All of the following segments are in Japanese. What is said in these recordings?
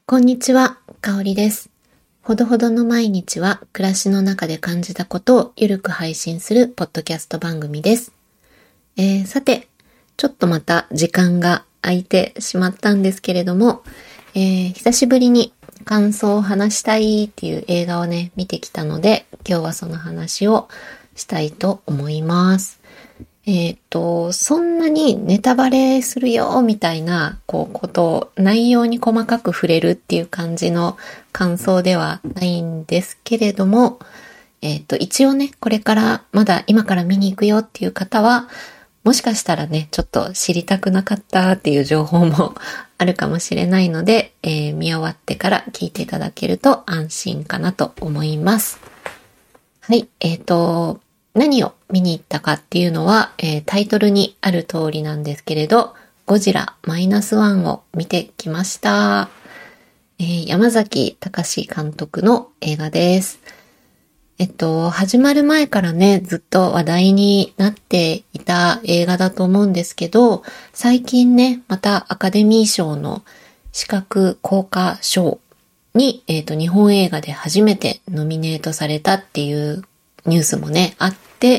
こんにちは、かおりです。ほどほどの毎日は暮らしの中で感じたことをゆるく配信するポッドキャスト番組です。さて、ちょっとまた時間が空いてしまったんですけれども、久しぶりに感想を話したいっていう映画をね、見てきたので、今日はその話をしたいと思います。そんなにネタバレするよみたいなことを内容に細かく触れるっていう感じの感想ではないんですけれども、一応ね、これからまだ今から見に行くよっていう方は、もしかしたらね、ちょっと知りたくなかったっていう情報もあるかもしれないので、見終わってから聞いていただけると安心かなと思います。はい、何を見に行ったかっていうのは、タイトルにある通りなんですけれど、ゴジラ -1 を見てきました。山崎貴監督の映画です。始まる前からね、ずっと話題になっていた映画だと思うんですけど、最近ね、またアカデミー賞の視覚効果賞に、日本映画で初めてノミネートされたっていうニュースもね、あって、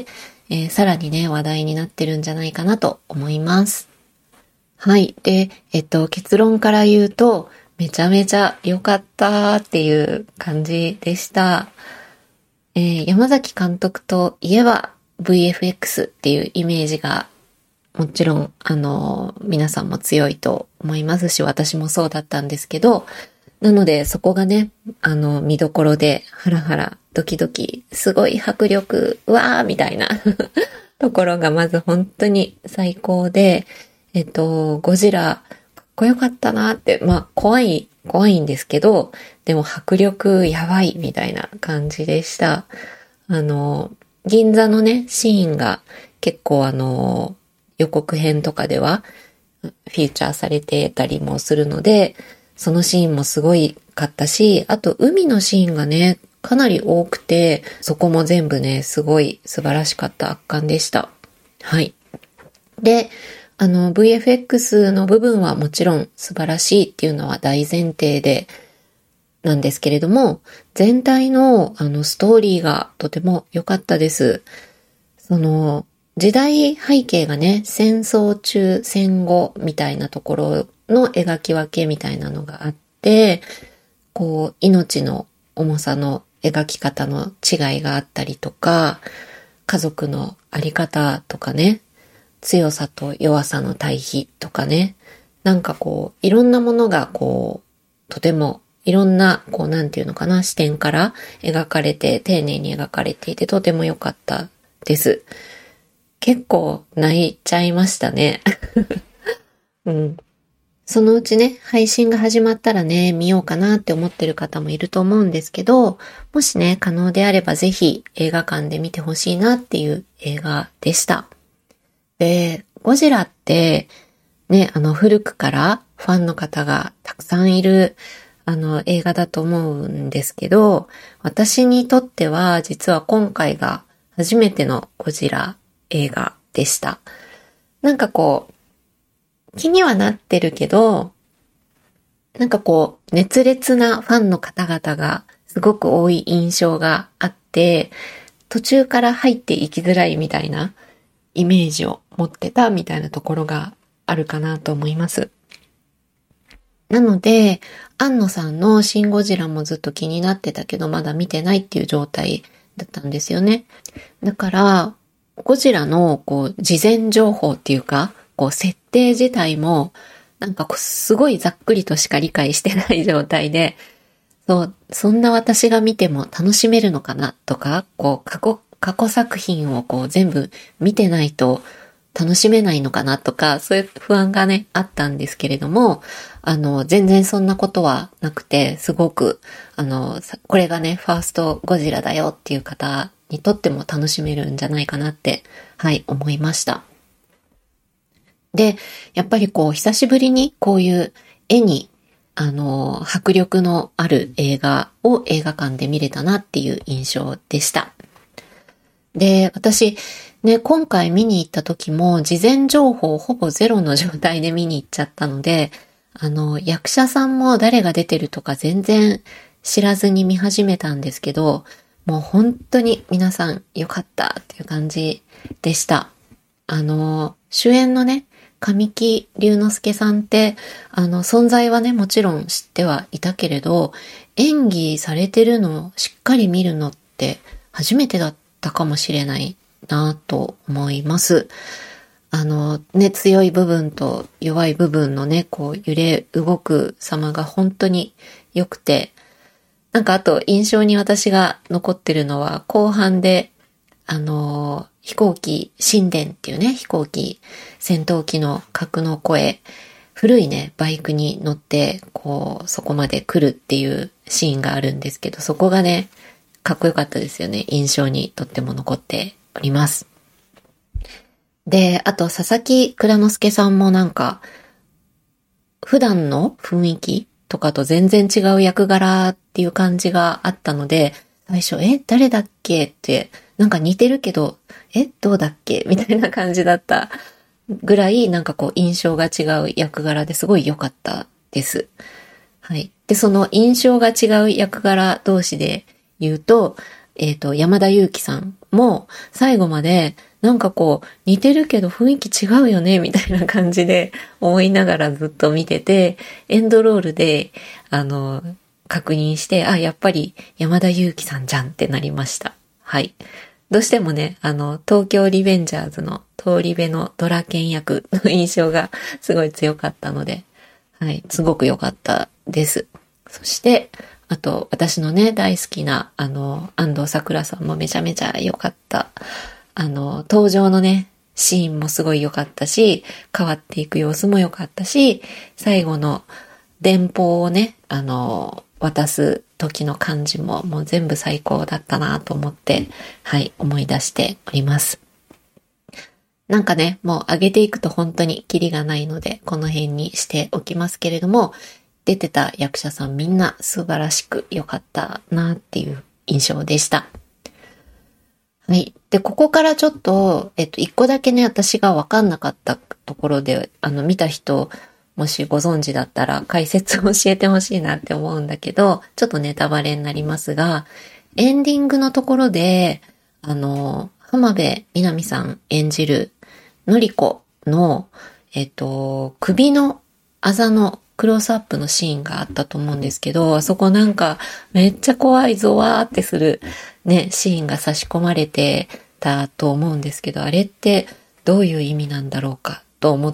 さらにね、話題になってるんじゃないかなと思います。はい。で、結論から言うと、めちゃめちゃ良かったっていう感じでした。山崎監督といえば VFX っていうイメージがもちろん、皆さんも強いと思いますし、私もそうだったんですけど、なのでそこがね、見どころでハラハラドキドキ、すごい迫力、わーみたいなところがまず本当に最高で、ゴジラかっこよかったなって、まあ怖いんですけど、でも迫力やばいみたいな感じでした。銀座のね、シーンが結構予告編とかではフィーチャーされてたりもするので、そのシーンもすごいかったし、あと海のシーンがね、かなり多くて、そこも全部ね、すごい素晴らしかった圧巻でした。はい。で、VFX の部分はもちろん素晴らしいっていうのは大前提で、なんですけれども、全体のストーリーがとても良かったです。その、時代背景がね、戦争中、戦後みたいなところの描き分けみたいなのがあって、命の重さの描き方の違いがあったりとか、家族のあり方とかね、強さと弱さの対比とかね、なんかいろんなものがとてもいろんな、なんていうのかな、視点から描かれて、丁寧に描かれていて、とても良かったです。結構泣いちゃいましたね。うん。そのうちね、配信が始まったらね、見ようかなって思ってる方もいると思うんですけど、もしね、可能であればぜひ映画館で見てほしいなっていう映画でした。で、ゴジラって、ね、古くからファンの方がたくさんいる、映画だと思うんですけど、私にとっては実は今回が初めてのゴジラ映画でした。なんか気にはなってるけど、なんか熱烈なファンの方々がすごく多い印象があって、途中から入っていきづらいみたいなイメージを持ってたみたいなところがあるかなと思います。なので、庵野さんのシン・ゴジラもずっと気になってたけど、まだ見てないっていう状態だったんですよね。だから、ゴジラの事前情報っていうか、設定自体も、なんかすごいざっくりとしか理解してない状態で、そんな私が見ても楽しめるのかなとか、過去作品を全部見てないと楽しめないのかなとか、そういう不安がね、あったんですけれども、全然そんなことはなくて、すごく、これがね、ファーストゴジラだよっていう方にとっても楽しめるんじゃないかなって、はい、思いました。で、やっぱり久しぶりにこういう絵に、迫力のある映画を映画館で見れたなっていう印象でした。で、私、ね、今回見に行った時も事前情報ほぼゼロの状態で見に行っちゃったので、 役者さんも誰が出てるとか全然知らずに見始めたんですけど、もう本当に皆さん良かったっていう感じでした。主演のね、神木隆之介さんって、存在はね、もちろん知ってはいたけれど、演技されてるのをしっかり見るのって初めてだったかもしれないなと思います。強い部分と弱い部分のね、こう揺れ動く様が本当に良くて、なんかあと印象に私が残ってるのは後半で、飛行機、神殿っていうね、飛行機、戦闘機の格の声、古いね、バイクに乗って、こう、そこまで来るっていうシーンがあるんですけど、そこがね、かっこよかったですよね。印象にとっても残っております。で、あと、佐々木蔵之介さんもなんか、普段の雰囲気とかと全然違う役柄っていう感じがあったので、最初、誰だっけって、なんか似てるけど、どうだっけみたいな感じだったぐらい、なんかこう、印象が違う役柄ですごい良かったです。はい。で、その印象が違う役柄同士で言うと、山田裕貴さんも最後までなんかこう似てるけど雰囲気違うよねみたいな感じで思いながらずっと見てて、エンドロールで確認して、やっぱり山田裕貴さんじゃんってなりました。はい。どうしてもね、東京リベンジャーズの通り部のドラケン役の印象がすごい強かったので、はい、すごく良かったです。そして、あと、私のね、大好きな、安藤サクラさんもめちゃめちゃ良かった。登場のね、シーンもすごい良かったし、変わっていく様子も良かったし、最後の電報をね、渡す時の感じももう全部最高だったなと思って、はい、思い出しております。なんかね、もう上げていくと本当にキリがないので、この辺にしておきますけれども、出てた役者さんみんな素晴らしく良かったなっていう印象でした。はい。で、ここからちょっと、一個だけね、私が分かんなかったところで、見た人、もしご存知だったら解説を教えてほしいなって思うんだけど、ちょっとネタバレになりますが、エンディングのところで、浜辺美波さん演じるのりこの、首のあざのクロースアップのシーンがあったと思うんですけど、あそこなんかめっちゃ怖いゾワーってするね、シーンが差し込まれてたと思うんですけど、あれってどういう意味なんだろうかと思って、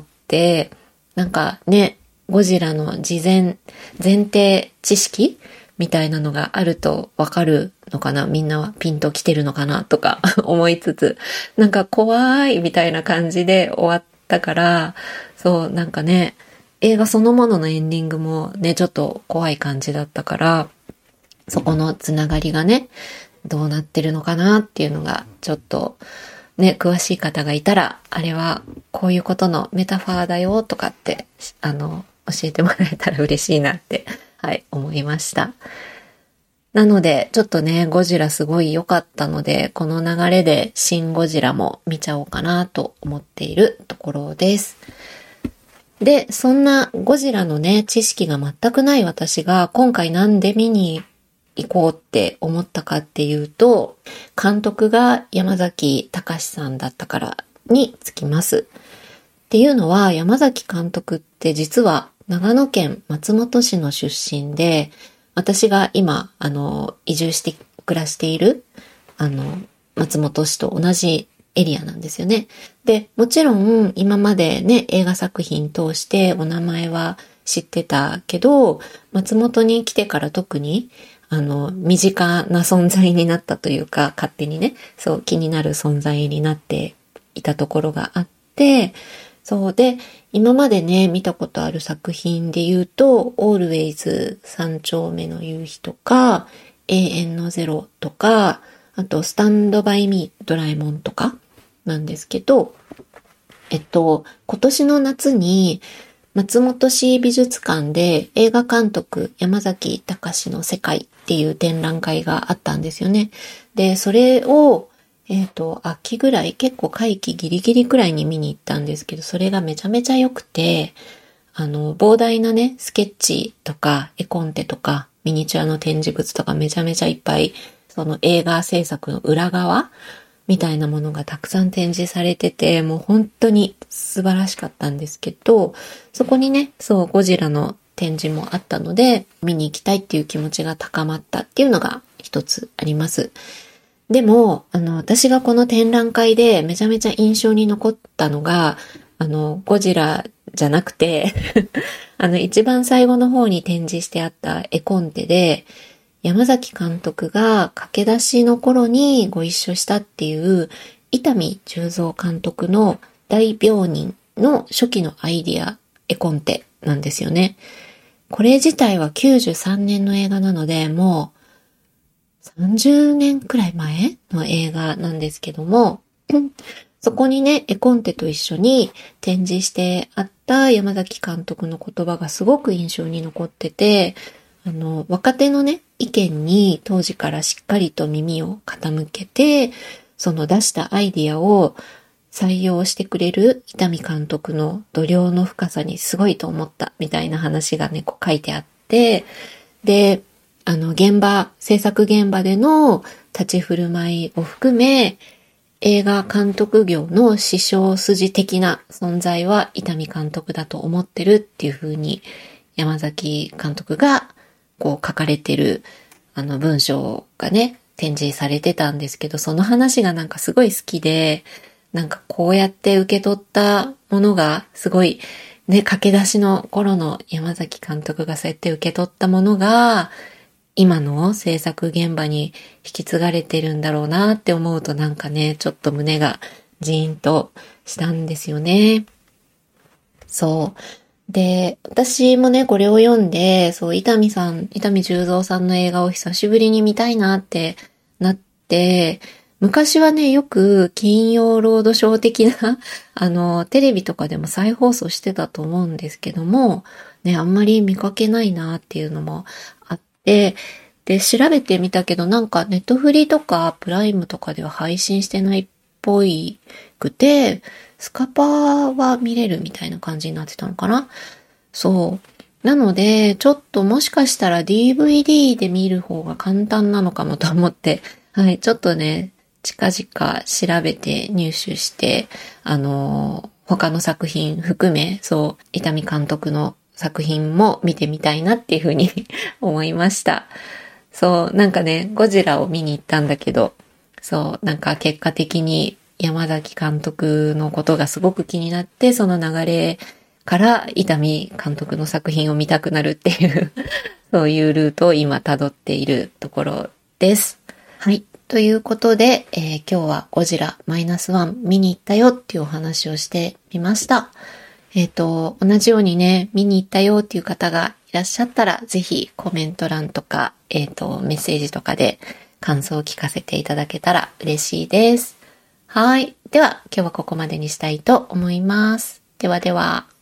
なんかね、ゴジラの前提知識みたいなのがあるとわかるのかな、みんなはピンと来てるのかなとか思いつつ、なんか怖いみたいな感じで終わったから、そうなんかね、映画そのもののエンディングもね、ちょっと怖い感じだったから、そこのつながりがね、どうなってるのかなっていうのが、ちょっとね、詳しい方がいたら、あれはこういうことのメタファーだよとかって、教えてもらえたら嬉しいなって、はい、思いました。なので、ちょっとね、ゴジラすごい良かったので、この流れでシン・ゴジラも見ちゃおうかなと思っているところです。で、そんなゴジラのね、知識が全くない私が今回なんで見に行こうって思ったかっていうと、監督が山崎隆さんだったからにつきます。っていうのは、山崎監督って実は長野県松本市の出身で、私が今、移住して暮らしている、松本市と同じエリアなんですよね。で、もちろん今までね、映画作品通してお名前は知ってたけど、松本に来てから特に、身近な存在になったというか、勝手にね、そう気になる存在になっていたところがあって、そうで、今までね、見たことある作品で言うと、Always 三丁目の夕日とか、永遠のゼロとか、あと、スタンドバイミードラえもんとかなんですけど、今年の夏に松本市美術館で映画監督山崎隆の世界っていう展覧会があったんですよね。で、それを秋ぐらい、結構会期ギリギリくらいに見に行ったんですけど、それがめちゃめちゃ良くて、 膨大なね、スケッチとか絵コンテとかミニチュアの展示物とかめちゃめちゃいっぱい、その映画制作の裏側みたいなものがたくさん展示されてて、もう本当に素晴らしかったんですけど、そこにね、ゴジラの展示もあったので、見に行きたいっていう気持ちが高まったっていうのが一つあります。でも、私がこの展覧会でめちゃめちゃ印象に残ったのが、ゴジラじゃなくて一番最後の方に展示してあった絵コンテで、山崎監督が駆け出しの頃にご一緒したっていう伊丹十三監督の大病人の初期のアイディア絵コンテなんですよね。これ自体は93年の映画なので、もう30年くらい前の映画なんですけども、そこにね、絵コンテと一緒に展示してあった山崎監督の言葉がすごく印象に残ってて、若手のね、意見に当時からしっかりと耳を傾けて、その出したアイディアを採用してくれる伊丹監督の度量の深さにすごいと思ったみたいな話がね、こう書いてあって、で、制作現場での立ち振る舞いを含め、映画監督業の師匠筋的な存在は伊丹監督だと思ってるっていう風に山崎監督がこう書かれてる文章がね展示されてたんですけど、その話がなんかすごい好きで、なんかこうやって受け取ったものがすごいね、駆け出しの頃の山崎監督がそうやって受け取ったものが今の制作現場に引き継がれてるんだろうなって思うと、なんかね、ちょっと胸がジーンとしたんですよね。そう。で、私もね、これを読んで、伊丹十三さんの映画を久しぶりに見たいなってなって、昔はね、よく金曜ロードショー的な、テレビとかでも再放送してたと思うんですけども、ね、あんまり見かけないなっていうのもあって、で、調べてみたけど、なんかネットフリとかプライムとかでは配信してないっぽいくて、スカパーは見れるみたいな感じになってたのかな。そう。なので、ちょっともしかしたら DVD で見る方が簡単なのかもと思って、はい、ちょっとね、近々調べて入手して、他の作品含め、伊丹監督の作品も見てみたいなっていうふうに思いました。なんかね、ゴジラを見に行ったんだけど、なんか結果的に山崎監督のことがすごく気になって、その流れから伊丹監督の作品を見たくなるっていうそういうルートを今辿っているところです。はい。ということで、今日はゴジラ -1 見に行ったよっていうお話をしてみました。同じようにね、見に行ったよっていう方がいらっしゃったら、ぜひコメント欄とか、メッセージとかで感想を聞かせていただけたら嬉しいです。はい。では、今日はここまでにしたいと思います。ではでは。